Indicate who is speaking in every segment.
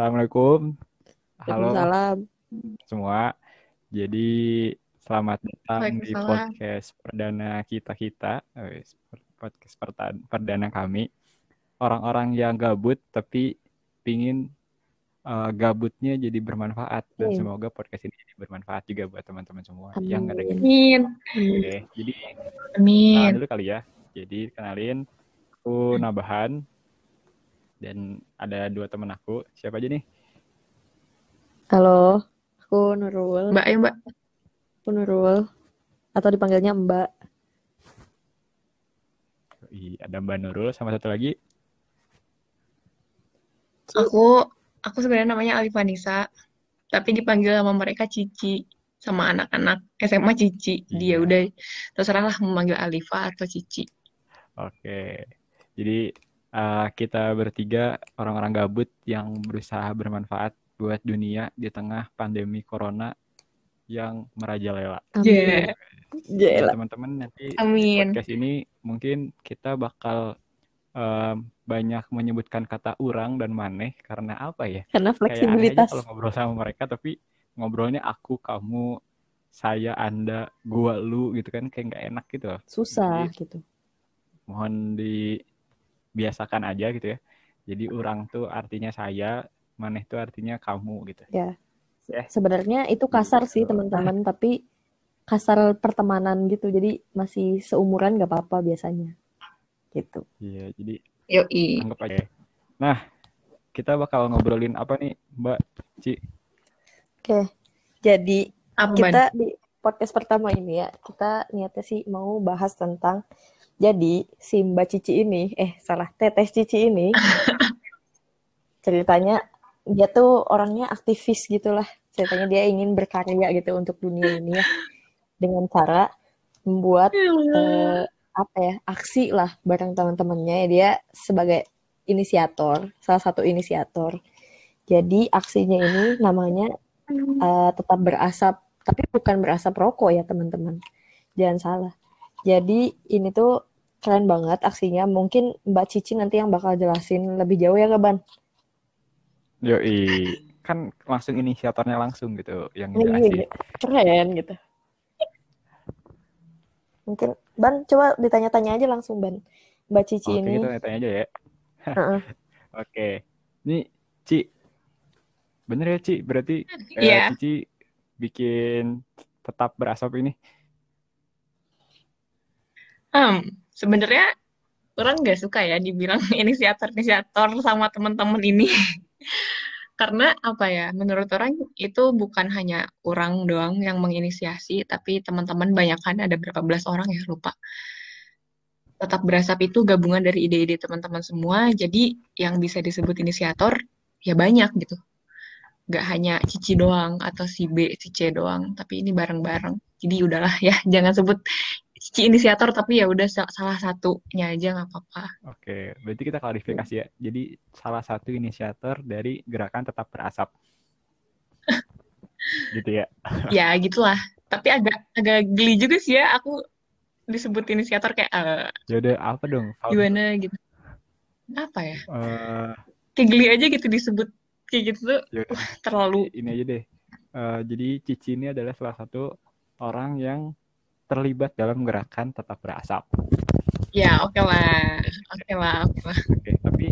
Speaker 1: Assalamualaikum, halo
Speaker 2: Waalaikumsalam.
Speaker 1: semua. Jadi selamat datang di
Speaker 3: Waalaikumsalam.
Speaker 1: podcast perdana kita, podcast perdana kami. Orang-orang yang gabut tapi pingin gabutnya jadi bermanfaat dan
Speaker 2: Amin.
Speaker 1: semoga podcast ini jadi bermanfaat juga buat teman-teman semua yang ada
Speaker 2: Amin.
Speaker 1: gini.
Speaker 3: Amin.
Speaker 1: Oke, jadi kenalan
Speaker 3: Amin.
Speaker 1: dulu kali ya. Jadi kenalin, aku Nabahan dan ada dua teman aku. Siapa aja nih?
Speaker 2: Halo, aku Nurul.
Speaker 3: Mbak ya, Mbak.
Speaker 2: Aku Nurul. Atau dipanggilnya Mbak.
Speaker 1: Ada Mbak Nurul sama satu lagi.
Speaker 3: Aku sebenarnya namanya Alif Vanessa, tapi dipanggil sama mereka Cici, sama anak-anak SMA Cici. Dia
Speaker 1: Iya.
Speaker 3: udah terserah lah mau manggil Alifa atau Cici.
Speaker 1: Oke, jadi kita bertiga orang-orang gabut yang berusaha bermanfaat buat dunia di tengah pandemi corona yang merajalela.
Speaker 2: Amin.
Speaker 3: Yeah.
Speaker 1: Nah,
Speaker 2: Jela.
Speaker 1: teman-teman nanti di
Speaker 3: Amin.
Speaker 1: podcast ini mungkin kita bakal banyak menyebutkan kata urang dan maneh karena apa ya?
Speaker 2: Karena
Speaker 1: Kayak aneh aja
Speaker 2: fleksibilitas.
Speaker 1: kalau ngobrol sama mereka, tapi ngobrolnya aku, kamu, saya, Anda, gua, lu gitu kan kayak nggak enak gitu loh.
Speaker 2: Susah
Speaker 1: Jadi
Speaker 2: gitu.
Speaker 1: mohon dibiasakan aja gitu ya. Jadi urang tuh artinya saya, maneh tuh artinya kamu gitu.
Speaker 2: Ya.
Speaker 1: Ya,
Speaker 2: Sebenarnya itu kasar sih
Speaker 1: gitu.
Speaker 2: teman-teman, tapi kasar pertemanan gitu. Jadi masih seumuran gak apa-apa biasanya. Gitu.
Speaker 1: Iya, jadi
Speaker 3: Yoi.
Speaker 1: anggap aja. Nah, kita bakal ngobrolin apa nih, Mbak Ci?
Speaker 2: Oke. Jadi
Speaker 3: Apa, Ban?
Speaker 2: kita di podcast pertama ini ya, kita niatnya sih mau bahas tentang jadi si Mbak Cici ini, Teteh Cici ini ceritanya dia tuh orangnya aktivis gitulah. Ceritanya dia ingin berkarya gitu untuk dunia ini ya dengan cara membuat aksi lah bareng teman-temannya. Dia sebagai salah satu inisiator. Jadi aksinya ini namanya tetap berasap, tapi bukan berasap rokok ya teman-teman. Jangan salah. Jadi ini tuh keren banget aksinya. Mungkin Mbak Cici nanti yang bakal jelasin lebih jauh ya, Ban?
Speaker 1: Yoi, kan langsung inisiatornya langsung gitu yang
Speaker 2: Iya,
Speaker 1: ngejelasin.
Speaker 2: keren gitu. Mungkin Ban coba ditanya-tanya aja langsung Ban. Mbak Cici
Speaker 1: Oke,
Speaker 2: ini.
Speaker 1: kita tanya aja ya.
Speaker 2: Heeh.
Speaker 1: Oke, ini Ci, bener ya Ci? Berarti
Speaker 3: Iya.
Speaker 1: Cici bikin tetap berasap ini?
Speaker 3: Sebenarnya orang nggak suka ya dibilang inisiator-inisiator sama teman-teman ini. Karena apa ya, menurut orang itu bukan hanya orang doang yang menginisiasi, tapi teman-teman banyak kan, ada berapa belas orang ya, lupa. Tetap Berasap itu gabungan dari ide-ide teman-teman semua, jadi yang bisa disebut inisiator ya banyak gitu. Gak hanya Cici doang, atau si B, si C doang, tapi ini bareng-bareng. Jadi udahlah ya, jangan sebut Cici inisiator, tapi ya udah salah satunya aja nggak apa-apa.
Speaker 1: Oke, berarti kita klarifikasi ya. Jadi salah satu inisiator dari gerakan tetap berasap. Gitu ya.
Speaker 3: Ya gitulah. Tapi agak agak geli juga sih ya, aku disebut inisiator kayak
Speaker 1: Ya udah apa dong?
Speaker 3: gimana gitu. Apa ya?
Speaker 1: Uh,
Speaker 3: Kayak geli aja gitu disebut kayak gitu tuh
Speaker 1: ya udah
Speaker 3: terlalu.
Speaker 1: ini aja deh. Jadi Cici ini adalah salah satu orang yang terlibat dalam gerakan tetap berasap.
Speaker 3: Ya oke lah, oke lah, oke lah.
Speaker 1: Oke, tapi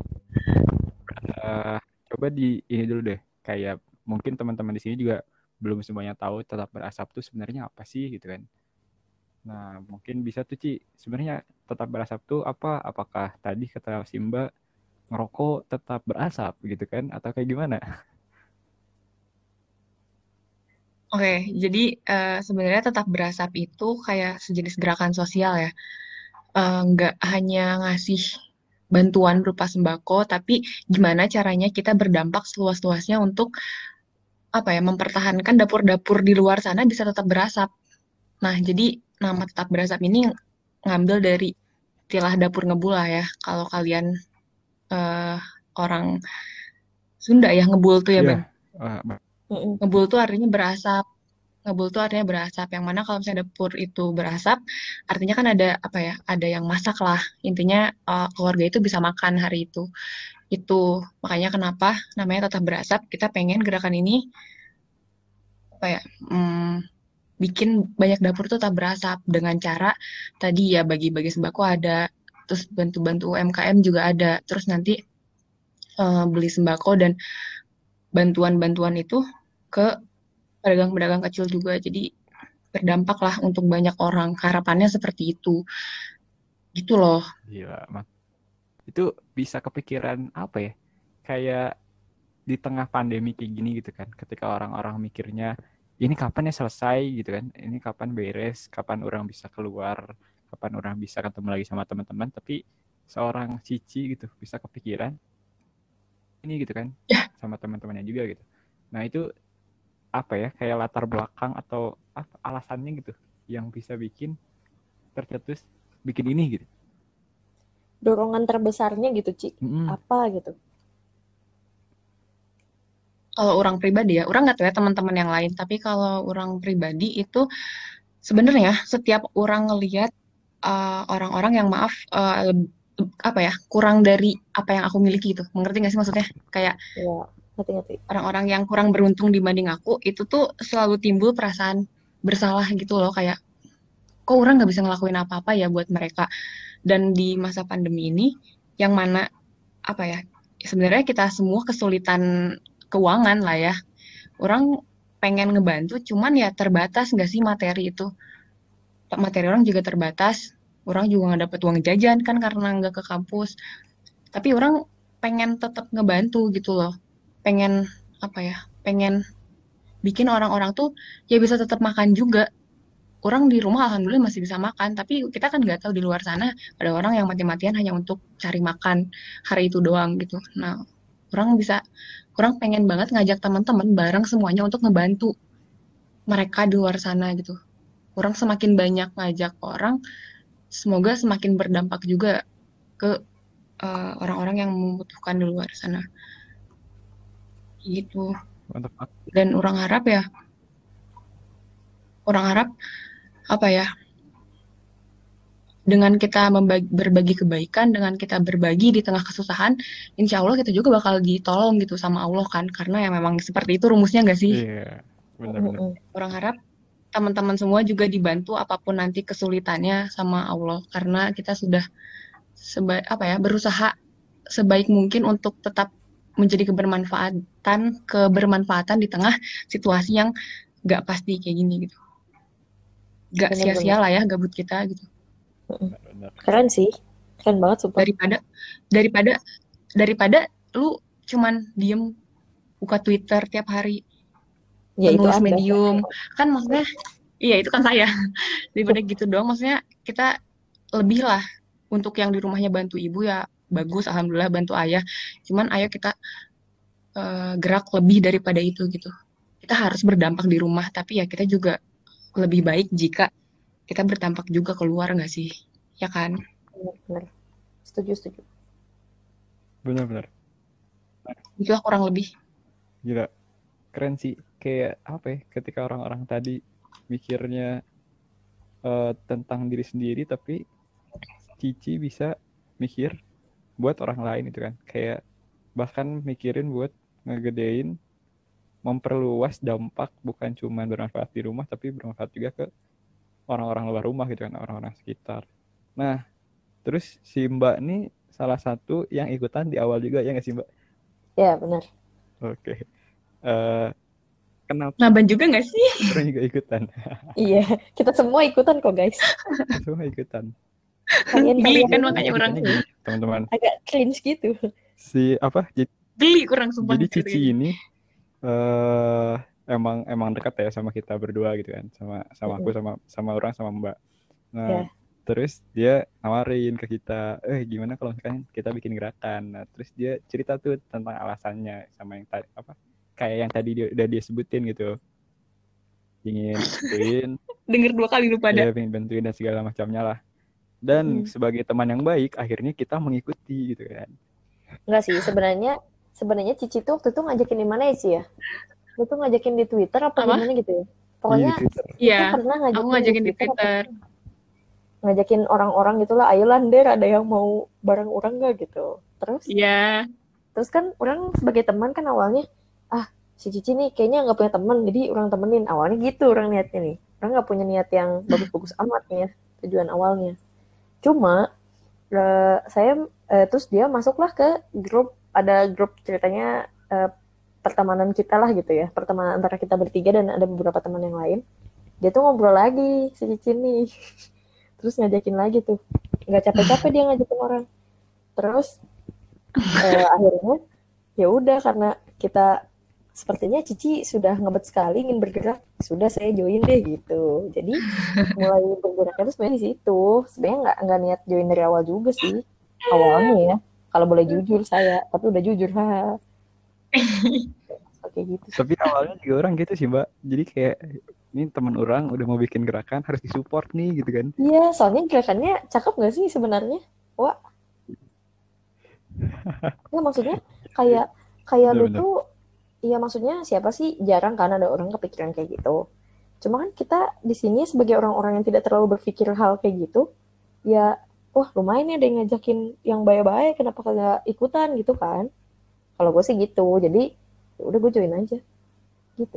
Speaker 1: coba di ini dulu deh. Kayak mungkin teman-teman di sini juga belum semuanya tahu tetap berasap tuh sebenarnya apa sih gitu kan. Nah, mungkin bisa tuh Ci, sebenarnya tetap berasap tuh apa? Apakah tadi kata Simba ngerokok tetap berasap gitu kan atau kayak gimana?
Speaker 3: Oke, jadi sebenarnya Tetap Berasap itu kayak sejenis gerakan sosial ya. Nggak hanya ngasih bantuan berupa sembako, tapi gimana caranya kita berdampak seluas-luasnya untuk apa ya, mempertahankan dapur-dapur di luar sana bisa tetap berasap. Nah, jadi nama Tetap Berasap ini ngambil dari istilah dapur ngebul ya. Kalau kalian eh, orang Sunda ya, ngebul tuh ya,
Speaker 1: Iya,
Speaker 3: Ban. Ngebul tuh artinya berasap. Ngebul tuh artinya berasap. Yang mana kalau misalnya dapur itu berasap, artinya kan ada apa ya? Ada yang masak lah. Intinya keluarga itu bisa makan hari itu. Itu makanya kenapa namanya tetap berasap. Kita pengen gerakan ini apa ya? Bikin banyak dapur tuh tetap berasap dengan cara tadi ya bagi-bagi sembako ada, terus bantu-bantu UMKM juga ada, terus nanti beli sembako dan bantuan-bantuan itu ke pedagang-pedagang kecil juga. Jadi berdampak lah untuk banyak orang. Harapannya seperti itu. Gitu loh.
Speaker 1: Gila, Mat. Itu bisa kepikiran apa ya? Kayak di tengah pandemi kayak gini gitu kan. Ketika orang-orang mikirnya, ini kapan ya selesai gitu kan. Ini kapan beres, kapan orang bisa keluar, kapan orang bisa ketemu lagi sama teman-teman. Tapi seorang Cici gitu bisa kepikiran ini gitu kan.
Speaker 3: Ya,
Speaker 1: Sama teman-temannya juga gitu. Nah itu apa ya? Kayak latar belakang atau apa alasannya gitu. Yang bisa bikin tercetus bikin ini gitu.
Speaker 2: Dorongan terbesarnya gitu, Ci.
Speaker 1: Mm-mm.
Speaker 2: Apa gitu?
Speaker 3: kalau orang pribadi ya, orang nggak tahu ya teman-teman yang lain, tapi kalau orang pribadi itu sebenarnya setiap orang ngelihat orang-orang yang maaf apa ya kurang dari apa yang aku miliki gitu, mengerti nggak sih maksudnya? Kayak
Speaker 2: Ya, ngerti-ngerti.
Speaker 3: orang-orang yang kurang beruntung dibanding aku, itu tuh selalu timbul perasaan bersalah gitu loh, kayak kok orang nggak bisa ngelakuin apa-apa ya buat mereka. Dan di masa pandemi ini, yang mana apa ya, sebenarnya kita semua kesulitan keuangan lah ya. Orang pengen ngebantu, cuman ya terbatas nggak sih materi itu. Materi orang juga terbatas. Orang juga nggak dapet uang jajan kan karena nggak ke kampus. Tapi orang pengen tetap ngebantu gitu loh. Pengen apa ya? Pengen bikin orang-orang tuh ya bisa tetap makan juga. Orang di rumah alhamdulillah masih bisa makan, tapi kita kan nggak tahu di luar sana ada orang yang mati-matian hanya untuk cari makan hari itu doang gitu. Nah, orang pengen banget ngajak teman-teman bareng semuanya untuk ngebantu mereka di luar sana gitu. Orang semakin banyak ngajak orang, semoga semakin berdampak juga ke orang-orang yang membutuhkan di luar sana gitu.
Speaker 1: Mantap.
Speaker 3: Dan orang harap apa ya, dengan kita berbagi kebaikan, dengan kita berbagi di tengah kesusahan, insya Allah kita juga bakal ditolong gitu sama Allah kan, karena ya memang seperti itu rumusnya nggak sih?
Speaker 1: Iya, benar-benar.
Speaker 3: Orang harap teman-teman semua juga dibantu apapun nanti kesulitannya sama Allah, karena kita sudah berusaha sebaik mungkin untuk tetap menjadi kebermanfaatan di tengah situasi yang nggak pasti kayak gini gitu. Nggak sia-sia
Speaker 2: Bener-bener.
Speaker 3: lah ya gabut kita gitu.
Speaker 1: Benar.
Speaker 2: Keren sih. Keren banget, sumpah.
Speaker 3: Daripada daripada lu cuman diem buka Twitter tiap hari,
Speaker 2: Ya, itu
Speaker 3: penulis
Speaker 2: Anda.
Speaker 3: Medium, kan maksudnya, iya itu kan saya. Daripada gitu doang, maksudnya kita lebih lah untuk yang di rumahnya bantu ibu ya bagus, alhamdulillah bantu ayah. Cuman ayo kita gerak lebih daripada itu gitu. Kita harus berdampak di rumah, tapi ya kita juga lebih baik jika kita berdampak juga keluar nggak sih? Ya kan?
Speaker 2: Bener-bener. Setuju.
Speaker 1: Benar-benar.
Speaker 3: Itulah kurang lebih.
Speaker 1: Gila. Keren sih. Kayak apa ya? Ketika orang-orang tadi mikirnya tentang diri sendiri, tapi Cici bisa mikir buat orang lain itu kan. Kayak bahkan mikirin buat ngegedein, memperluas dampak, bukan cuma bermanfaat di rumah, tapi bermanfaat juga ke orang-orang luar rumah gitu kan, orang-orang sekitar. Nah, terus si Mbak ini salah satu yang ikutan di awal juga, ya nggak sih Mbak?
Speaker 2: Ya, benar.
Speaker 1: Oke. Eh, Kenapa
Speaker 3: Ngaban juga nggak sih?
Speaker 1: orang juga ikutan?
Speaker 2: Iya, kita semua ikutan kok, guys.
Speaker 1: Semua ikutan.
Speaker 3: Geli kan
Speaker 2: Kalian
Speaker 3: makanya orang
Speaker 1: Ceritanya gini, teman-teman.
Speaker 2: agak cringe gitu.
Speaker 1: Si apa?
Speaker 3: geli kurang sumpah.
Speaker 1: Jadi Cici ini emang dekat ya sama kita berdua gitu kan, sama aku, sama orang, sama Mbak. Nah,
Speaker 2: Ya.
Speaker 1: terus dia nawarin ke kita, gimana kalau misalkan kita bikin gerakan. Nah, terus dia cerita tuh tentang alasannya sama yang tadi apa? Kayak yang tadi udah dia sebutin gitu. Ingin bantuin,
Speaker 3: Denger 2 kali lu pada.
Speaker 1: ya pengen bantuin dan segala macamnya lah. Dan sebagai teman yang baik, akhirnya kita mengikuti gitu kan.
Speaker 2: Enggak sih, sebenarnya Cici tuh waktu itu ngajakin di mana ya, Ci ya? Lu tuh ngajakin di Twitter apa gimana gitu ya? Pokoknya
Speaker 1: Di Twitter.
Speaker 3: Iya,
Speaker 2: itu pernah
Speaker 3: aku ngajakin di Twitter.
Speaker 2: Ngajakin orang-orang gitulah, ayo lah Der, ada yang mau bareng orang nggak gitu. Terus
Speaker 3: Iya,
Speaker 2: Terus kan orang sebagai teman kan awalnya, ah si Cici nih kayaknya nggak punya teman, jadi orang temenin. Awalnya gitu orang niatnya nih. Orang nggak punya niat yang bagus-bagus amat nih ya, tujuan awalnya. Cuma saya terus dia masuklah ke grup, ada grup ceritanya pertemanan kita lah gitu ya, pertemanan antara kita bertiga dan ada beberapa teman yang lain. Dia tuh ngobrol lagi si Cici nih, terus ngajakin lagi tuh, nggak capek-capek dia ngajakin orang. Terus akhirnya ya udah, karena kita sepertinya Cici sudah ngebet sekali ingin bergerak, sudah saya join deh gitu. Jadi mulai bergeraknya itu sebenarnya di situ. Sebenarnya nggak niat join dari awal juga sih awalnya ya. Kalau boleh jujur saya, tapi udah jujur ha. Oke gitu.
Speaker 1: Tapi awalnya juga orang gitu sih Mbak. Jadi kayak ini teman orang udah mau bikin gerakan harus disupport nih gitu kan.
Speaker 2: Iya, soalnya gerakannya cakep nggak sih sebenarnya? Wah, ya maksudnya kayak kayak lu
Speaker 1: Bener-bener.
Speaker 2: tuh, iya maksudnya siapa sih, jarang kan ada orang kepikiran kayak gitu. Cuma kan kita di sini sebagai orang-orang yang tidak terlalu berpikir hal kayak gitu, ya wah lumayan ya ada yang ngajakin yang baya-baya, kenapa kagak ikutan gitu kan. Kalau gue sih gitu, jadi ya udah gue join aja gitu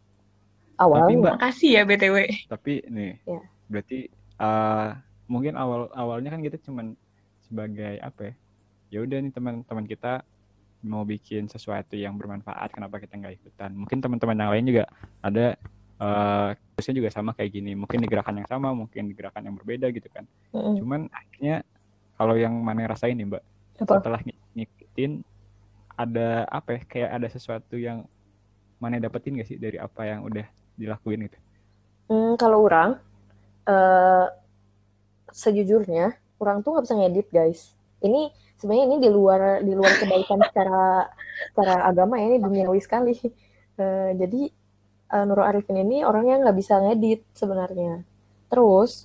Speaker 1: Tapi
Speaker 2: awalnya
Speaker 1: Mbak,
Speaker 3: Makasih ya BTW.
Speaker 1: tapi nih
Speaker 2: ya.
Speaker 1: berarti mungkin awalnya kan kita cuman sebagai apa ya? Ya udah nih teman-teman kita mau bikin sesuatu yang bermanfaat, kenapa kita nggak ikutan? Mungkin teman-teman yang lain juga ada terusnya juga sama kayak gini, mungkin di gerakan yang sama, mungkin di gerakan yang berbeda gitu kan.
Speaker 2: Mm-mm.
Speaker 1: Cuman akhirnya kalau yang mana rasain nih Mbak,
Speaker 2: Apa?
Speaker 1: setelah ngikutin ada apa ya, kayak ada sesuatu yang mana dapetin gak sih dari apa yang udah dilakuin gitu?
Speaker 2: Kalau orang eh, sejujurnya orang tuh nggak bisa ngedit guys. Ini sebenarnya ini di luar kebaikan secara secara agama ya, ini duniawi sekali. Jadi Nurul Arifin ini orangnya nggak bisa ngedit sebenarnya. Terus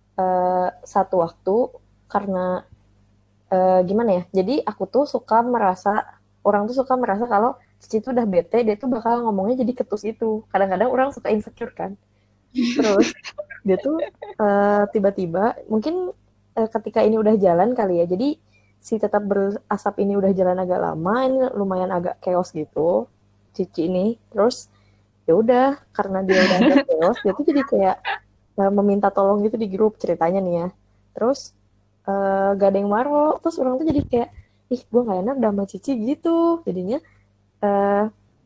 Speaker 2: satu waktu, karena gimana ya? Jadi aku tuh suka merasa, orang tuh suka merasa kalau Cici tuh udah bete, dia tuh bakal ngomongnya jadi ketus itu. Kadang-kadang orang suka insecure kan. Terus dia tuh tiba-tiba mungkin ketika ini udah jalan kali ya. Jadi si tetap berasap ini udah jalan agak lama, ini lumayan agak chaos gitu Cici ini. Terus ya udah, karena dia udah agak chaos, dia tuh jadi kayak meminta tolong gitu di grup ceritanya nih ya. Terus gak ada yang maro, terus orang tuh jadi kayak, ih gue gak enak udah sama Cici gitu. Jadinya eh,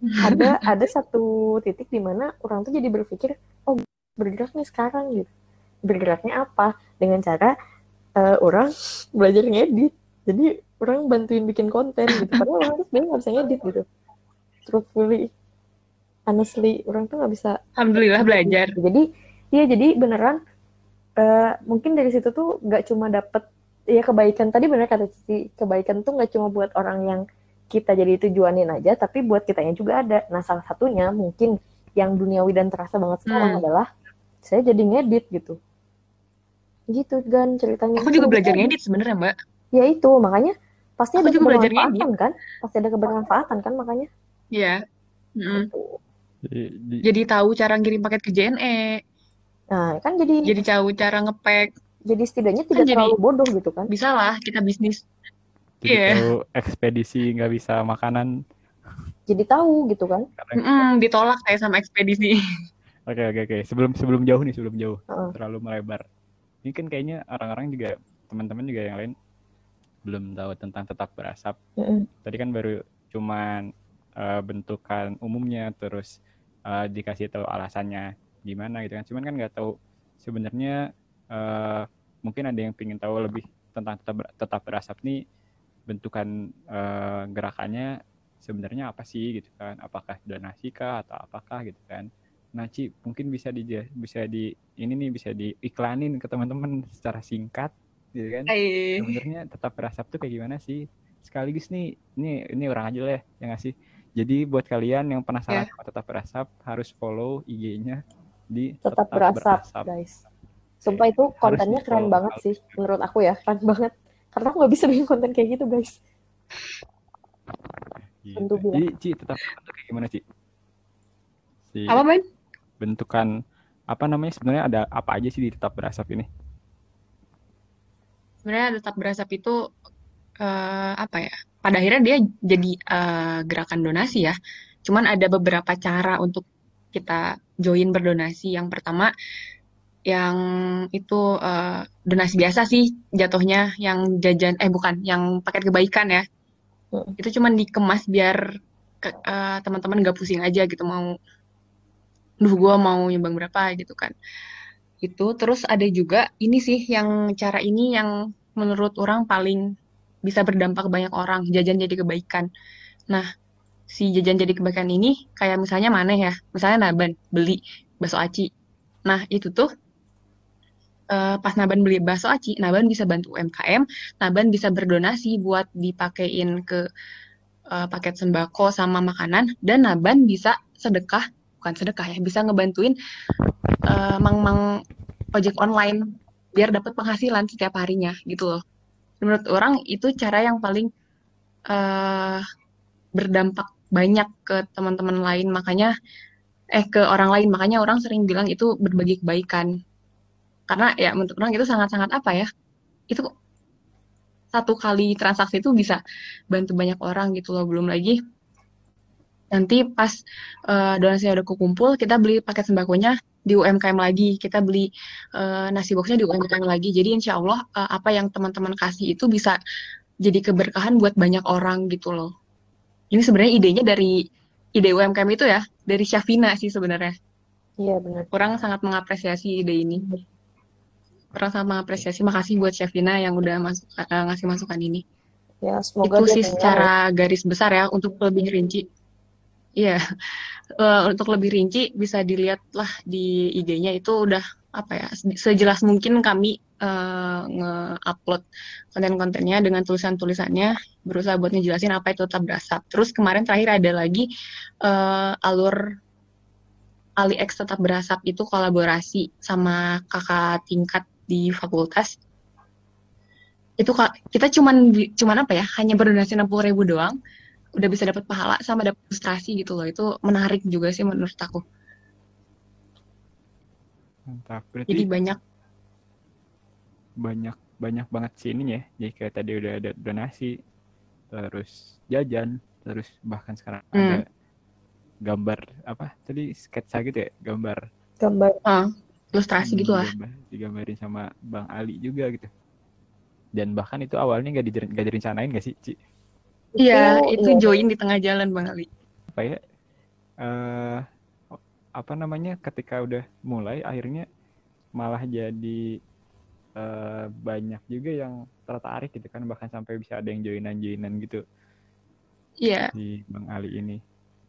Speaker 2: ada satu titik di mana orang tuh jadi berpikir, oh bergerak nih sekarang gitu. Bergeraknya apa? Dengan cara orang belajar ngedit. Jadi orang bantuin bikin konten gitu. Padahal orang tuh sebenarnya nggak bisa ngedit gitu. Truthfully, honestly, orang tuh nggak bisa
Speaker 3: Alhamdulillah
Speaker 2: ngedit
Speaker 3: belajar.
Speaker 2: gitu. Jadi iya, jadi beneran mungkin dari situ tuh nggak cuma dapet ya kebaikan, tadi bener kata Cici, kebaikan tuh nggak cuma buat orang yang kita jadi tujuanin aja, tapi buat kitanya juga ada. Nah salah satunya mungkin yang duniawi dan terasa banget sekarang adalah saya jadi ngedit gitu kan ceritanya.
Speaker 3: Aku juga belajar ngedit sebenarnya, Mbak.
Speaker 2: Ya itu makanya pasti
Speaker 3: Aku
Speaker 2: ada
Speaker 3: juga belajar ngedit.
Speaker 2: kebermanfaatan kan, pasti ada kebermanfaatan kan, makanya
Speaker 3: Iya. Mm-mm.
Speaker 2: itu.
Speaker 3: Jadi tahu cara ngirim paket ke JNE.
Speaker 2: Nah kan jadi
Speaker 3: Jadi tahu cara ngepack.
Speaker 2: setidaknya
Speaker 3: Kan
Speaker 2: tidak
Speaker 3: jadi
Speaker 2: terlalu bodoh gitu kan.
Speaker 3: bisa lah kita bisnis.
Speaker 1: Jadi
Speaker 3: Iya.
Speaker 1: tahu ekspedisi nggak bisa makanan
Speaker 2: Jadi tahu gitu kan.
Speaker 1: karena
Speaker 3: Ditolak saya sama ekspedisi.
Speaker 1: oke. Sebelum jauh nih, sebelum jauh
Speaker 2: Heeh.
Speaker 1: terlalu melebar. Ini kan kayaknya orang-orang juga, teman-teman juga yang lain belum tahu tentang tetap berasap.
Speaker 2: Heeh.
Speaker 1: Tadi kan baru cuman bentukan umumnya, terus dikasih tahu alasannya gimana gitu kan. Cuman kan nggak tahu sebenarnya, mungkin ada yang pengen tahu lebih tentang tetap berasap nih, bentukan gerakannya sebenarnya apa sih gitu kan, apakah donasi kah atau apakah gitu kan. Nah Ci, mungkin bisa diiklanin ke teman-teman secara singkat gitu kan, sebenarnya tetap berasap tuh kayak gimana sih, sekaligus nih ini orang aja lah ya yang ngasih. Jadi buat kalian yang penasaran sama tetap berasap harus follow IG-nya di
Speaker 2: Tetap berasap guys. Sumpah itu kontennya keren banget sih menurut aku ya, keren banget. Karena aku nggak bisa bikin konten kayak gitu guys.
Speaker 1: Gitu. Jadi Ci, tetap berasap kayak gimana Ci?
Speaker 3: Apa Ben?
Speaker 1: Bentukan apa namanya, sebenarnya ada apa aja sih di tetap berasap ini?
Speaker 3: Sebenarnya tetap berasap itu apa ya? pada akhirnya dia jadi gerakan donasi ya. Cuman ada beberapa cara untuk kita join berdonasi. Yang pertama, yang itu donasi biasa sih jatuhnya, yang jajan, bukan, yang paket kebaikan ya. Itu cuman dikemas biar teman-teman nggak pusing aja gitu, gue mau nyumbang berapa gitu kan. Itu terus ada juga ini sih, yang cara ini yang menurut orang paling bisa berdampak ke banyak orang, jajan jadi kebaikan. Nah, si jajan jadi kebaikan ini kayak misalnya mana ya, misalnya Naban beli bakso aci. Nah, itu tuh pas Naban beli bakso aci, Naban bisa bantu UMKM, Naban bisa berdonasi buat dipakein ke paket sembako sama makanan, dan Naban bisa sedekah, bukan sedekah ya, bisa ngebantuin mang-mang ojek online biar dapat penghasilan setiap harinya gitu loh. Menurut orang itu cara yang paling berdampak banyak ke teman-teman lain, makanya ke orang lain, makanya orang sering bilang itu berbagi kebaikan. Karena ya menurut orang itu sangat-sangat apa ya, itu satu kali transaksi itu bisa bantu banyak orang gitu loh. Belum lagi nanti pas donasi udah kekumpul, kita beli paket sembakonya di UMKM lagi, kita beli nasi boxnya di UMKM lagi. Jadi insya Allah apa yang teman-teman kasih itu bisa jadi keberkahan buat banyak orang gitu loh. Ini sebenarnya idenya dari ide UMKM itu ya, dari Syafina sih sebenarnya.
Speaker 2: Iya benar.
Speaker 3: Orang sangat mengapresiasi ide ini. Orang sangat mengapresiasi, makasih buat Syafina yang udah ngasih masukan ini.
Speaker 2: Ya semoga
Speaker 3: Itu
Speaker 2: dia
Speaker 3: sih
Speaker 2: dengar ya.
Speaker 3: secara garis besar ya, untuk lebih rinci. Iya, untuk lebih rinci bisa dilihat lah di IG-nya, itu udah apa ya, sejelas mungkin kami nge-upload konten-kontennya dengan tulisan-tulisannya, berusaha buat ngejelasin apa itu tetap berasap. Terus kemarin terakhir ada lagi alur AliEx tetap berasap, itu kolaborasi sama kakak tingkat di fakultas. Itu kita cuman apa ya, hanya berdonasi 60.000 doang udah bisa dapat pahala sama dapat frustrasi gitu loh. Itu menarik juga sih menurut aku.
Speaker 1: Mantap.
Speaker 3: Jadi
Speaker 1: Berarti
Speaker 3: banyak.
Speaker 1: banyak banyak banget sih ininya ya. Jadi kayak tadi udah ada donasi, terus jajan, terus bahkan sekarang ada gambar apa tadi, sketsa gitu ya, gambar
Speaker 3: Ilustrasi gitu lah.
Speaker 1: gambar digambarin sama Bang Ali juga gitu. Dan bahkan itu awalnya nggak direncanain nggak sih, Ci?
Speaker 3: Iya, itu
Speaker 2: iya.
Speaker 3: join di tengah jalan Bang Ali.
Speaker 1: Apa ya? eh apa namanya? Ketika udah mulai, akhirnya malah jadi banyak juga yang tertarik gitu kan, bahkan sampai bisa ada yang joinan gitu
Speaker 3: Iya.
Speaker 1: di Bang Ali ini.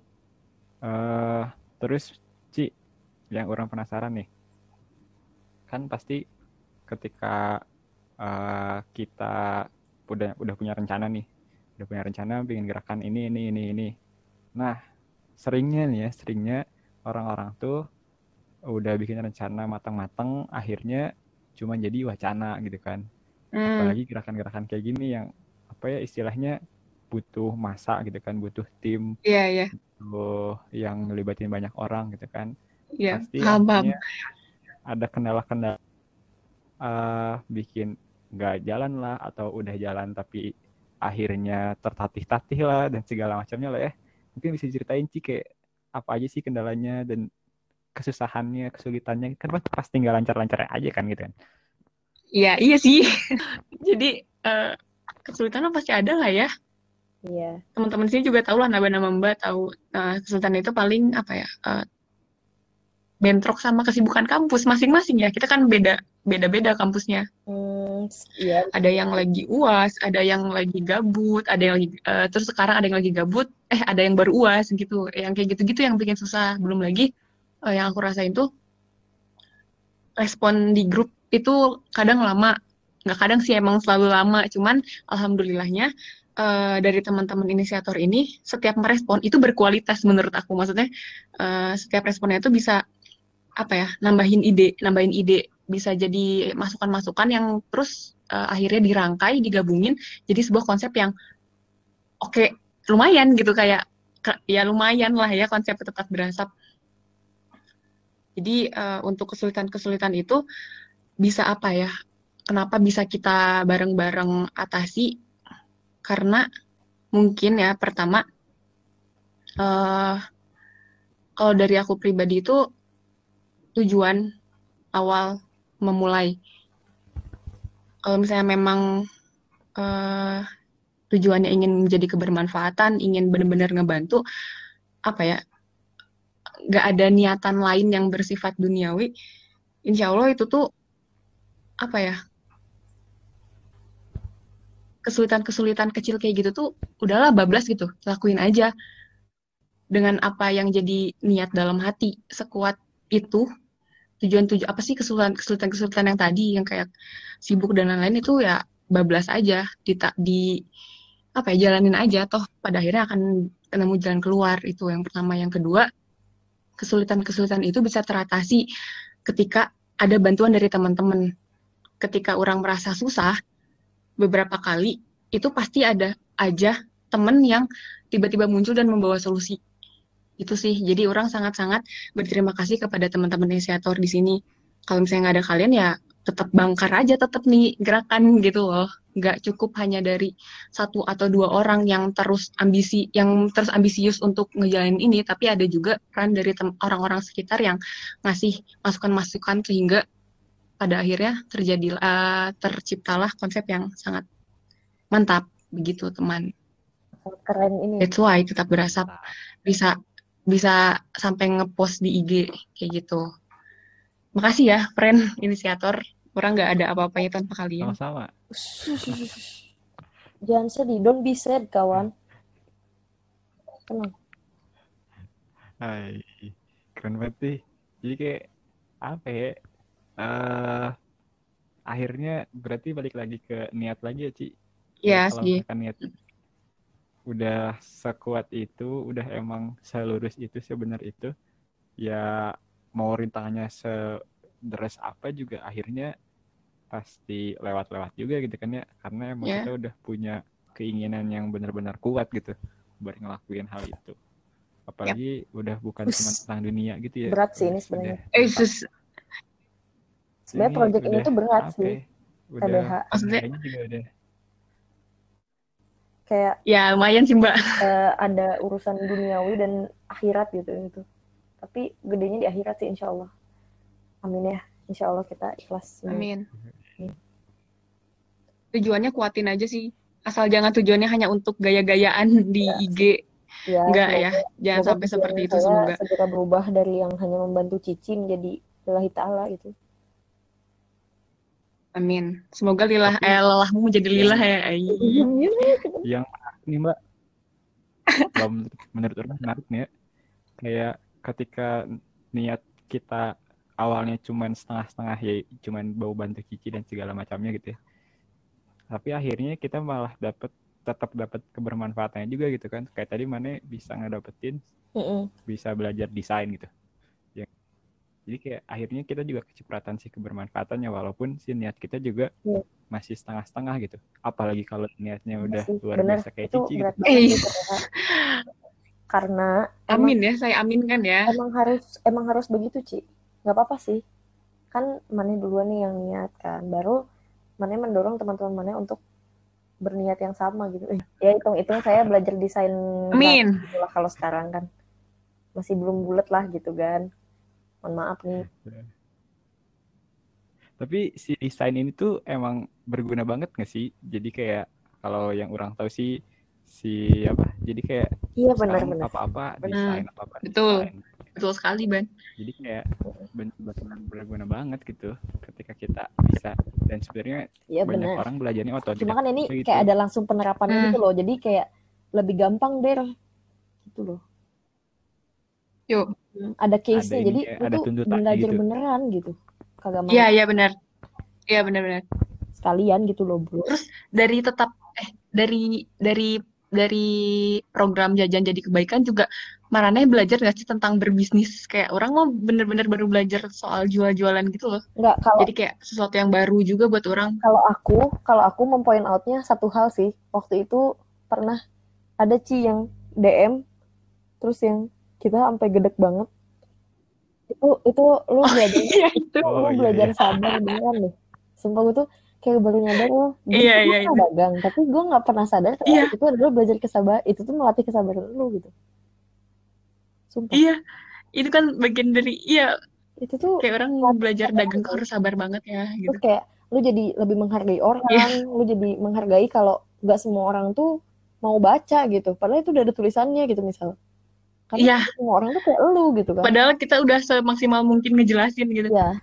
Speaker 1: Terus Ci, yang orang penasaran nih, kan pasti ketika kita udah punya rencana nih, udah punya rencana pengen gerakan ini. Nah, seringnya orang-orang tuh udah bikin rencana matang-matang, akhirnya cuma jadi wacana gitu kan. Apalagi gerakan-gerakan kayak gini yang apa ya istilahnya, butuh masa gitu kan, butuh tim,
Speaker 3: Iya.
Speaker 1: butuh yang ngelibatin banyak orang gitu kan.
Speaker 3: Iya,
Speaker 1: Pasti
Speaker 3: paham.
Speaker 1: akhirnya ada kendala-kendala, bikin nggak jalan lah, atau udah jalan tapi akhirnya tertatih-tatih lah dan segala macamnya lah ya. Mungkin bisa ceritain Ci kayak apa aja sih kendalanya dan kesusahannya, kesulitannya, kan pasti nggak lancar-lancar aja kan gitu kan.
Speaker 3: Iya sih. Jadi kesulitan pasti ada lah ya.
Speaker 2: Iya.
Speaker 3: Teman-teman sini juga tahu lah, nama-nama Mbak tahu. Kesulitan itu paling apa ya? Bentrok sama kesibukan kampus masing-masing ya. Kita kan beda-beda kampusnya.
Speaker 2: Iya.
Speaker 3: Ada yang lagi UAS, ada yang lagi gabut, ada yang lagi terus sekarang ada yang lagi gabut, ada yang baru UAS gitu. Yang kayak gitu-gitu yang bikin susah. Belum lagi yang aku rasain tuh respon di grup itu kadang lama. Nggak kadang sih, emang selalu lama. Cuman alhamdulillahnya dari teman-teman inisiator ini setiap merespon itu berkualitas menurut aku. Maksudnya setiap responnya itu bisa apa ya, nambahin ide, bisa jadi masukan-masukan yang terus akhirnya dirangkai, digabungin jadi sebuah konsep yang oke, lumayan gitu, kayak ya lumayan lah ya konsep tetap berasap. Jadi untuk kesulitan-kesulitan itu bisa apa ya, kenapa bisa kita bareng-bareng atasi, karena mungkin ya pertama, kalau dari aku pribadi itu tujuan awal memulai. Kalau misalnya memang eh, tujuannya ingin menjadi kebermanfaatan, ingin benar-benar ngebantu, apa ya, nggak ada niatan lain yang bersifat duniawi, insya Allah itu tuh apa ya, kesulitan-kesulitan kecil kayak gitu tuh udahlah bablas gitu, lakuin aja dengan apa yang jadi niat dalam hati sekuat itu. Tujuan apa sih kesulitan-kesulitan yang tadi yang kayak sibuk dan lain-lain itu ya bablas aja di apa ya, jalanin aja, toh pada akhirnya akan ketemu jalan keluar. Itu yang pertama. Yang kedua, kesulitan-kesulitan itu bisa teratasi ketika ada bantuan dari teman-teman. Ketika orang merasa susah beberapa kali, itu pasti ada aja temen yang tiba-tiba muncul dan membawa solusi. Itu sih, jadi orang sangat-sangat berterima kasih kepada teman-teman inisiator di sini. Kalau misalnya nggak ada kalian ya tetap bangkar aja, tetap nih gerakan gitu loh. Nggak cukup hanya dari satu atau dua orang yang terus ambisius untuk ngejalanin ini, tapi ada juga peran dari orang-orang sekitar yang ngasih masukan-masukan sehingga pada akhirnya terciptalah konsep yang sangat mantap begitu teman.
Speaker 2: Keren ini.
Speaker 3: That's why tetap berasap bisa bisa sampai ngepost di IG kayak gitu. Makasih ya, friend inisiator. Orang nggak ada apa-apanya tanpa kalian.
Speaker 1: Sama-sama.
Speaker 2: Jangan sedih, don't be sad kawan. Tenang.
Speaker 1: Hai, keren banget sih. Jadi kayak apa ya? eh Akhirnya berarti balik lagi ke niat lagi ya, Ci. Kayak
Speaker 3: Iya
Speaker 1: kalau
Speaker 3: sih.
Speaker 1: misalkan niat udah sekuat itu, udah emang selurus itu, sebenar itu, ya mau rintangannya sederas apa juga akhirnya pasti lewat-lewat juga gitu kan ya. Karena emang
Speaker 3: Ya.
Speaker 1: kita udah punya keinginan yang benar-benar kuat gitu buat ngelakuin hal itu. Apalagi udah bukan cuma tentang dunia gitu ya.
Speaker 2: Berat sih ini sebenarnya. Sebenarnya
Speaker 1: Ini
Speaker 2: project ini
Speaker 1: udah
Speaker 2: tuh berat
Speaker 1: apa
Speaker 2: sih.
Speaker 1: ya? Udah
Speaker 2: TBH.
Speaker 3: Maksudnya
Speaker 1: kayaknya juga udah.
Speaker 2: Kayak
Speaker 3: ya lumayan sih Mbak.
Speaker 2: ada urusan duniawi dan akhirat gitu. Tapi gedenya di akhirat sih insya Allah. Amin ya. Insya Allah kita ikhlas.
Speaker 3: Amin. Tujuannya kuatin aja sih. Asal jangan tujuannya hanya untuk gaya-gayaan di IG.
Speaker 2: Ya,
Speaker 3: Enggak ya. Jangan sampai seperti itu semoga.
Speaker 2: Segera berubah dari yang hanya membantu Cici menjadi lillahi ta'ala gitu.
Speaker 3: Amin. Semoga lelahmu menjadi lilah ya.
Speaker 1: Yang nih Mbak, kalau menurut orang menarik nih ya. Kayak ketika niat kita awalnya cuman setengah-setengah ya, cuman bau bantu Cici dan segala macamnya gitu ya. Tapi akhirnya kita malah tetap dapat kebermanfaatannya juga gitu kan. Kayak tadi mana bisa ngedapetin, bisa belajar desain gitu. Jadi kayak akhirnya kita juga kecipratan sih kebermanfaatannya, walaupun si niat kita juga masih setengah-setengah gitu. Apalagi kalau niatnya udah luar biasa kayak Cici gitu.
Speaker 2: Karena
Speaker 3: amin ya, saya aminkan ya.
Speaker 2: Emang harus begitu, Ci. Nggak apa-apa sih. Kan Mane duluan nih yang niat kan. Baru Mane mendorong teman-teman Mane untuk berniat yang sama gitu. Ya hitung-hitung saya belajar desain
Speaker 3: amin
Speaker 2: gitu lah kalau sekarang kan. Masih belum bulat lah gitu kan. Mohon maaf nih.
Speaker 1: Tapi si desain ini tuh emang berguna banget nggak sih? Jadi kayak kalau yang orang tahu sih jadi kayak
Speaker 2: iya benar-benar
Speaker 1: apa-apa desain apa-apa
Speaker 3: betul
Speaker 1: desain.
Speaker 3: Betul sekali Ban.
Speaker 1: Jadi kayak benar-benar berguna banget gitu ketika kita bisa, dan sebenarnya banyak orang belajarnya otodidak.
Speaker 2: Cuma kan ini gitu. Kayak ada langsung penerapan gitu loh. Jadi kayak lebih gampang deh gitu loh.
Speaker 3: Yuk.
Speaker 2: Ada case-nya, jadi
Speaker 1: ada
Speaker 2: itu belajar
Speaker 1: gitu.
Speaker 2: Beneran gitu. Kagak mau.
Speaker 3: Iya benar. Iya benar.
Speaker 2: Sekalian gitu loh bro.
Speaker 3: Terus dari program jajan jadi kebaikan juga Marane belajar nggak sih tentang berbisnis? Kayak orang mau bener-bener baru belajar soal jual-jualan gitu loh.
Speaker 2: Enggak,
Speaker 3: jadi kayak sesuatu yang baru juga buat orang.
Speaker 2: Kalau aku mempoint out-nya satu hal sih. Waktu itu pernah ada Ci yang DM terus yang kita sampai gedek banget. Itu lu belajar lu belajar sabar beneran deh. Sumpah gue tuh kayak baru nyadar loh. Dulu
Speaker 3: Iya,
Speaker 2: tuh gue
Speaker 3: iya
Speaker 2: pernah
Speaker 3: itu.
Speaker 2: dagang, tapi gue nggak pernah sadar kalau
Speaker 3: Iya,
Speaker 2: itu adalah belajar kesabaran. Itu tuh melatih kesabaran lu gitu. Sumpah.
Speaker 3: iya. Itu kan bagian dari, iya,
Speaker 2: Itu tuh
Speaker 3: kayak orang
Speaker 2: melatih
Speaker 3: belajar
Speaker 2: kesabaran
Speaker 3: dagang tuh
Speaker 2: guys.
Speaker 3: harus sabar banget ya, gitu.
Speaker 2: Terus kayak lu jadi lebih menghargai orang,
Speaker 3: Iya,
Speaker 2: lu jadi menghargai kalau nggak semua orang tuh mau baca gitu. Padahal itu udah ada tulisannya gitu misal. Karena
Speaker 3: iya.
Speaker 2: nggak semua orang tuh kayak lu gitu kan.
Speaker 3: Padahal kita udah semaksimal mungkin ngejelasin gitu.
Speaker 2: Ya,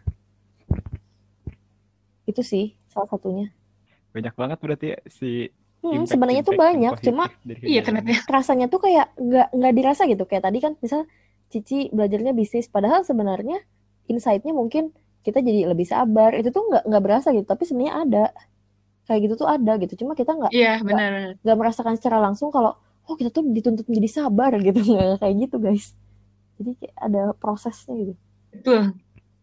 Speaker 2: itu sih salah satunya.
Speaker 1: Banyak banget berarti ya si
Speaker 2: Sebenarnya tuh
Speaker 1: impact-impact yang
Speaker 2: banyak, cuma
Speaker 1: positif dari
Speaker 3: Iya,
Speaker 1: kejadian
Speaker 3: ternyata.
Speaker 1: ini.
Speaker 2: rasanya tuh kayak nggak dirasa gitu. Kayak tadi kan misal Cici belajarnya bisnis, padahal sebenarnya insight-nya mungkin kita jadi lebih sabar. Itu tuh nggak berasa gitu, tapi sebenarnya ada. Kayak gitu tuh ada gitu. Cuma kita
Speaker 3: Iya,
Speaker 2: nggak
Speaker 3: benar.
Speaker 2: nggak merasakan secara langsung kalau oh kita tuh dituntut menjadi sabar gitu. Nggak kayak gitu guys. Jadi kayak ada prosesnya gitu.
Speaker 3: Betul.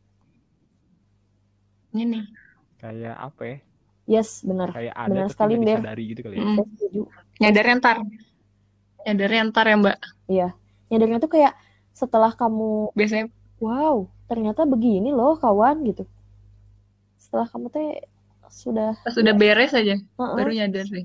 Speaker 3: Ini.
Speaker 1: Kayak apa ya?
Speaker 2: Yes, benar.
Speaker 1: Kayak ada
Speaker 2: Benar
Speaker 1: tapi
Speaker 2: sekali,
Speaker 1: nggak
Speaker 2: Nder.
Speaker 1: disadari gitu kali ya.
Speaker 3: Mm.
Speaker 2: Saya setuju.
Speaker 3: Nyadarnya ntar. Nyadarnya ntar ya, Mbak.
Speaker 2: Iya. Nyadarnya tuh kayak setelah kamu,
Speaker 3: Biasanya
Speaker 2: wow, ternyata begini loh kawan gitu. Setelah kamu teh sudah,
Speaker 3: pas udah beres aja,
Speaker 2: Heeh.
Speaker 3: baru nyadar sih.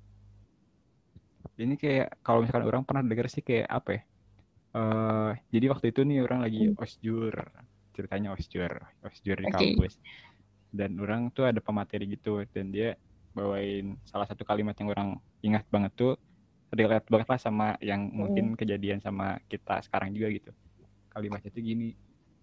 Speaker 1: Ini kayak kalau misalkan orang pernah dengar sih kayak apa ya? Jadi waktu itu nih orang lagi osjur, ceritanya osjur di
Speaker 3: Oke.
Speaker 1: kampus. Dan orang tuh ada pemateri gitu dan dia bawain salah satu kalimat yang orang ingat banget tuh, relate banget lah sama yang mungkin kejadian sama kita sekarang juga gitu. Kalimatnya tuh gini,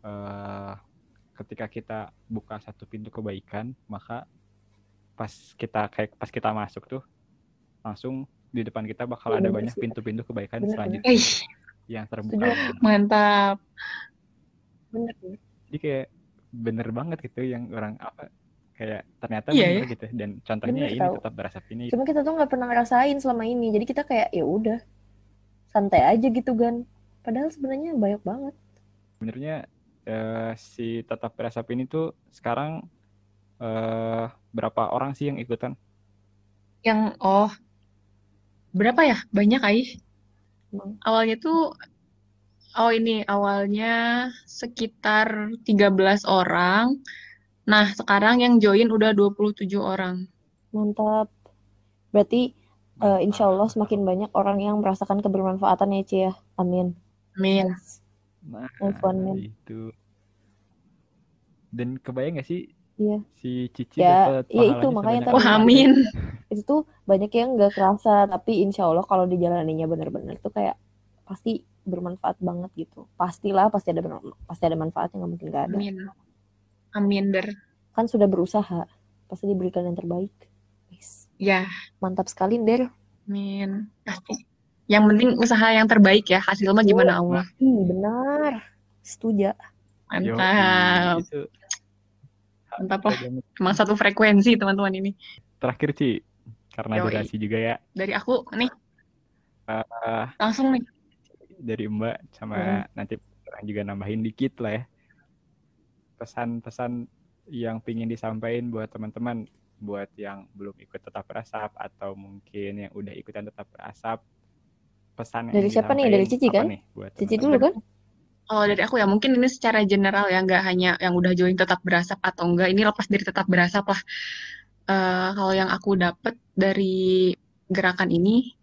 Speaker 1: ketika kita buka satu pintu kebaikan, maka pas kita masuk tuh langsung di depan kita bakal ada banyak pintu-pintu kebaikan selanjutnya yang terbuka.
Speaker 3: Mantap.
Speaker 2: Bener.
Speaker 1: Jadi kayak bener banget gitu yang orang apa kayak ternyata
Speaker 3: Iya,
Speaker 1: bener
Speaker 3: ya.
Speaker 1: gitu dan contohnya
Speaker 2: Bener
Speaker 1: ini
Speaker 2: tau.
Speaker 1: tetap berasap ini.
Speaker 2: Cuma kita tuh nggak pernah ngerasain selama ini. Jadi kita kayak ya udah santai aja gitu kan. Padahal sebenarnya banyak banget.
Speaker 1: Sebenarnya si tetap berasap ini tuh sekarang berapa orang sih yang ikutan?
Speaker 3: Yang berapa ya? Banyak Aih.
Speaker 2: Emang.
Speaker 3: Awalnya tuh awalnya sekitar 13 orang. Nah, sekarang yang join udah 27 orang.
Speaker 2: Mantap. Berarti
Speaker 1: Mantap.
Speaker 2: insya Allah semakin banyak orang yang merasakan kebermanfaatan ya Ci ya. Amin.
Speaker 3: Amin.
Speaker 1: Nah,
Speaker 2: Amin.
Speaker 1: itu. Dan kebayang gak sih
Speaker 2: Iya.
Speaker 1: si Cici
Speaker 2: Ya,
Speaker 1: dapat
Speaker 2: ya itu
Speaker 1: pahalanya
Speaker 2: makanya
Speaker 1: sebanyak
Speaker 2: tadi.
Speaker 3: Wah,
Speaker 1: apa?
Speaker 3: amin.
Speaker 2: Itu tuh banyak yang nggak kerasa, tapi insya Allah kalau dijalaninya benar-benar tuh kayak pasti bermanfaat banget gitu. Pastilah, pasti ada manfaatnya, nggak mungkin nggak ada.
Speaker 3: Amin. Amin, Ber.
Speaker 2: Kan sudah berusaha, pasti diberikan yang terbaik. Yes.
Speaker 3: Ya,
Speaker 2: Mantap sekali, Der.
Speaker 3: amin. Pasti. Yang penting usaha yang terbaik ya. Hasil mah gimana Allah.
Speaker 2: Benar. Setuju.
Speaker 3: Mantap.
Speaker 1: Itu
Speaker 3: Mantap lah. Emang satu frekuensi teman-teman ini.
Speaker 1: Terakhir Ci, karena durasi juga ya.
Speaker 3: Dari aku nih. Langsung nih.
Speaker 1: Dari Mbak sama nanti orang juga nambahin dikit lah ya. Pesan-pesan yang pingin disampaikan buat teman-teman, buat yang belum ikut tetap berasap atau mungkin yang udah ikutan tetap berasap. Pesan
Speaker 2: dari siapa nih? Dari Cici kan?
Speaker 1: nih buat
Speaker 2: Cici dulu kan?
Speaker 3: Oh, dari aku ya, mungkin ini secara general ya, nggak hanya yang udah join tetap berasap atau enggak, ini lepas dari tetap berasap lah. Kalau yang aku dapat dari gerakan ini,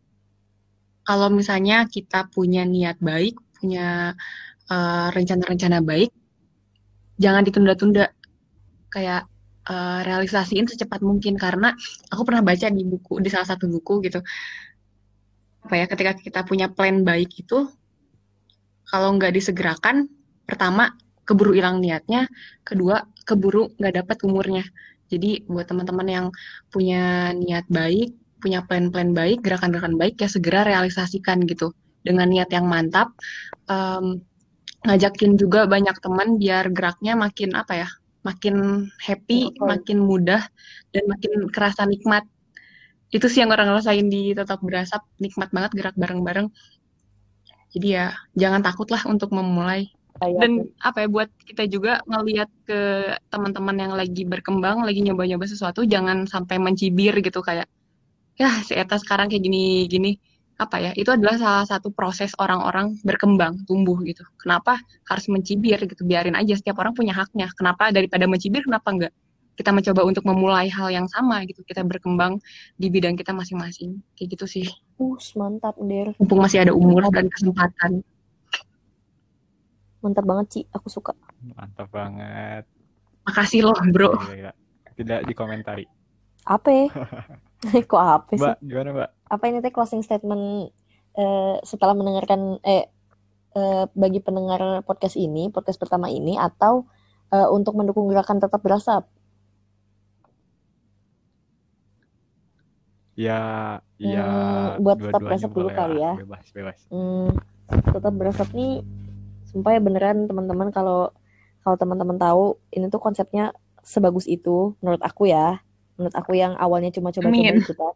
Speaker 3: kalau misalnya kita punya niat baik, punya rencana-rencana baik, jangan ditunda-tunda, kayak realisasiin secepat mungkin, karena aku pernah baca di salah satu buku gitu, apa ya, ketika kita punya plan baik itu, kalau nggak disegerakan, pertama keburu hilang niatnya, kedua keburu nggak dapat umurnya. Jadi buat teman-teman yang punya niat baik, punya plan-plan baik, gerakan-gerakan baik, ya segera realisasikan gitu. Dengan niat yang mantap, ngajakin juga banyak teman biar geraknya makin apa ya, makin happy, makin mudah, dan makin kerasa nikmat. Itu sih yang orang rasain di tetap berasap, nikmat banget gerak bareng-bareng. Jadi ya jangan takut lah untuk memulai. Dan apa ya, buat kita juga ngelihat ke teman-teman yang lagi berkembang, lagi nyoba-nyoba sesuatu, jangan sampai mencibir gitu kayak, ya si Eta sekarang kayak gini-gini. Apa ya, itu adalah salah satu proses orang-orang berkembang, tumbuh gitu. Kenapa harus mencibir gitu, biarin aja, setiap orang punya haknya. Kenapa daripada mencibir, kenapa enggak kita mencoba untuk memulai hal yang sama gitu, kita berkembang di bidang kita masing-masing, kayak gitu sih.
Speaker 2: Mantap, Der.
Speaker 3: Mumpung masih ada umur dan kesempatan.
Speaker 2: Mantap banget, Ci. Aku suka.
Speaker 1: Mantap banget.
Speaker 3: Makasih loh, bro.
Speaker 1: Gila. Tidak dikomentari.
Speaker 2: Apa ya? Kok apa sih?
Speaker 1: Mbak, gimana Mbak?
Speaker 2: Apa ini teh closing statement setelah mendengarkan bagi pendengar podcast pertama ini, atau untuk mendukung gerakan tetap berasap?
Speaker 1: Ya,
Speaker 2: buat tetap
Speaker 1: dua-duanya
Speaker 2: berasap dulu
Speaker 1: boleh
Speaker 2: kali
Speaker 1: lah.
Speaker 2: ya.
Speaker 1: Bebas.
Speaker 2: Tetap berasap nih, sumpah ya beneran teman-teman, kalau teman-teman tahu ini tuh konsepnya sebagus itu menurut aku yang awalnya cuma coba-coba
Speaker 3: Amin.
Speaker 2: ikutan,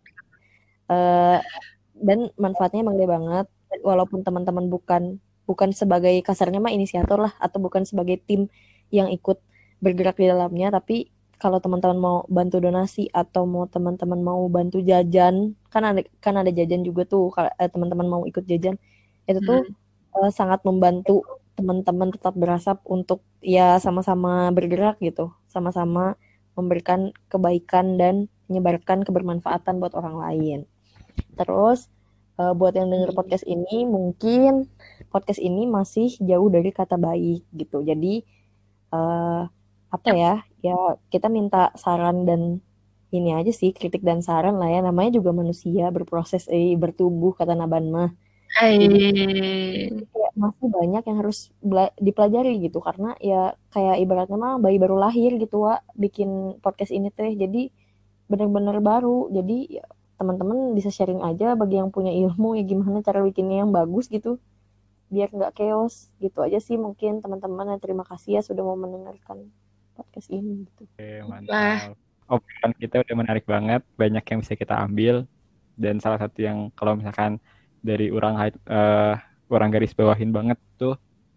Speaker 2: dan manfaatnya emang gede banget, walaupun teman-teman bukan sebagai kasarnya mah inisiator lah, atau bukan sebagai tim yang ikut bergerak di dalamnya, tapi kalau teman-teman mau bantu donasi atau mau teman-teman mau bantu jajan, kan ada jajan juga tuh, teman-teman mau ikut jajan, itu tuh sangat membantu teman-teman tetap berasap untuk ya sama-sama bergerak gitu, sama-sama memberikan kebaikan dan menyebarkan kebermanfaatan buat orang lain. Terus buat yang denger podcast ini, mungkin podcast ini masih jauh dari kata baik gitu. Jadi apa ya kita minta saran dan ini aja sih, kritik dan saran lah ya, namanya juga manusia berproses bertumbuh, kata Naban mah. Kayak masih banyak yang harus dipelajari gitu, karena ya kayak ibaratnya mah bayi baru lahir gitu bikin podcast ini teh, jadi benar-benar baru. Jadi ya, teman-teman bisa sharing aja bagi yang punya ilmu ya, gimana cara bikinnya yang bagus gitu biar nggak chaos gitu aja sih mungkin teman-teman. Terima kasih ya sudah mau mendengarkan podcast ini gitu.
Speaker 1: Oke, mantap. Obrolan kita udah menarik banget, banyak yang bisa kita ambil, dan salah satu yang kalau misalkan dari orang garis bawahin banget tuh,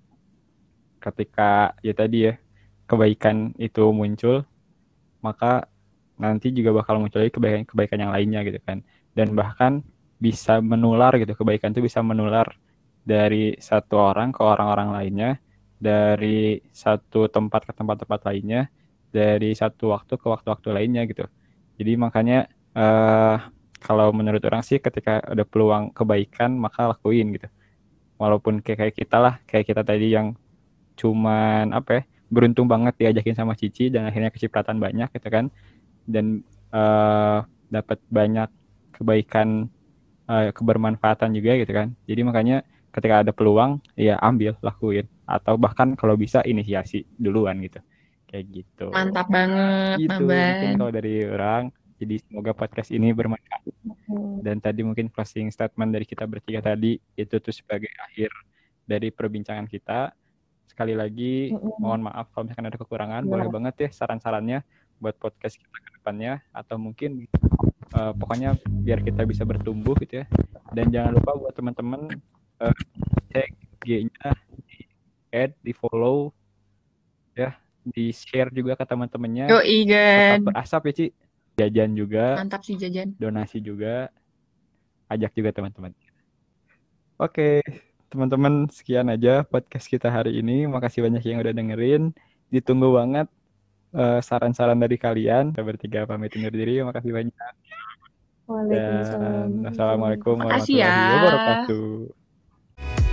Speaker 1: ketika ya tadi ya kebaikan itu muncul, maka nanti juga bakal muncul lagi kebaikan yang lainnya gitu kan, dan bahkan bisa menular gitu, kebaikan itu bisa menular dari satu orang ke orang-orang lainnya, dari satu tempat ke tempat-tempat lainnya, dari satu waktu ke waktu-waktu lainnya gitu. Jadi makanya kalau menurut orang sih, ketika ada peluang kebaikan maka lakuin gitu, walaupun kayak kita tadi yang cuman beruntung banget diajakin sama Cici dan akhirnya kecipratan banyak gitu kan, dan dapat banyak kebaikan, kebermanfaatan juga gitu kan. Jadi makanya ketika ada peluang ya ambil, lakuin, atau bahkan kalau bisa inisiasi duluan gitu, kayak gitu.
Speaker 3: Mantap banget,
Speaker 1: Itu mungkin
Speaker 3: Naban.
Speaker 1: kalau dari orang. Jadi semoga podcast ini bermanfaat. Dan tadi mungkin closing statement dari kita bertiga tadi itu tuh sebagai akhir dari perbincangan kita. Sekali lagi mohon maaf kalau misalkan ada kekurangan. Boleh banget ya saran-sarannya buat podcast kita ke depannya, atau mungkin pokoknya biar kita bisa bertumbuh gitu ya. Dan jangan lupa buat teman-teman cek IG-nya, di add, di follow ya, di share juga ke teman-temannya.
Speaker 3: Yoi,
Speaker 1: Tetap
Speaker 3: Gan.
Speaker 1: berasap ya Ci. Jajan juga,
Speaker 3: Mantap sih jajan.
Speaker 1: donasi juga, ajak juga teman-teman. Oke, teman-teman, sekian aja podcast kita hari ini. Makasih banyak yang udah dengerin. Ditunggu banget saran-saran dari kalian. Kita bertiga pamit undur diri. Makasih banyak.
Speaker 2: Waalaikumsalam.
Speaker 1: Dan assalamualaikum
Speaker 3: Makasih ya.
Speaker 1: warahmatullahi wabarakatuh.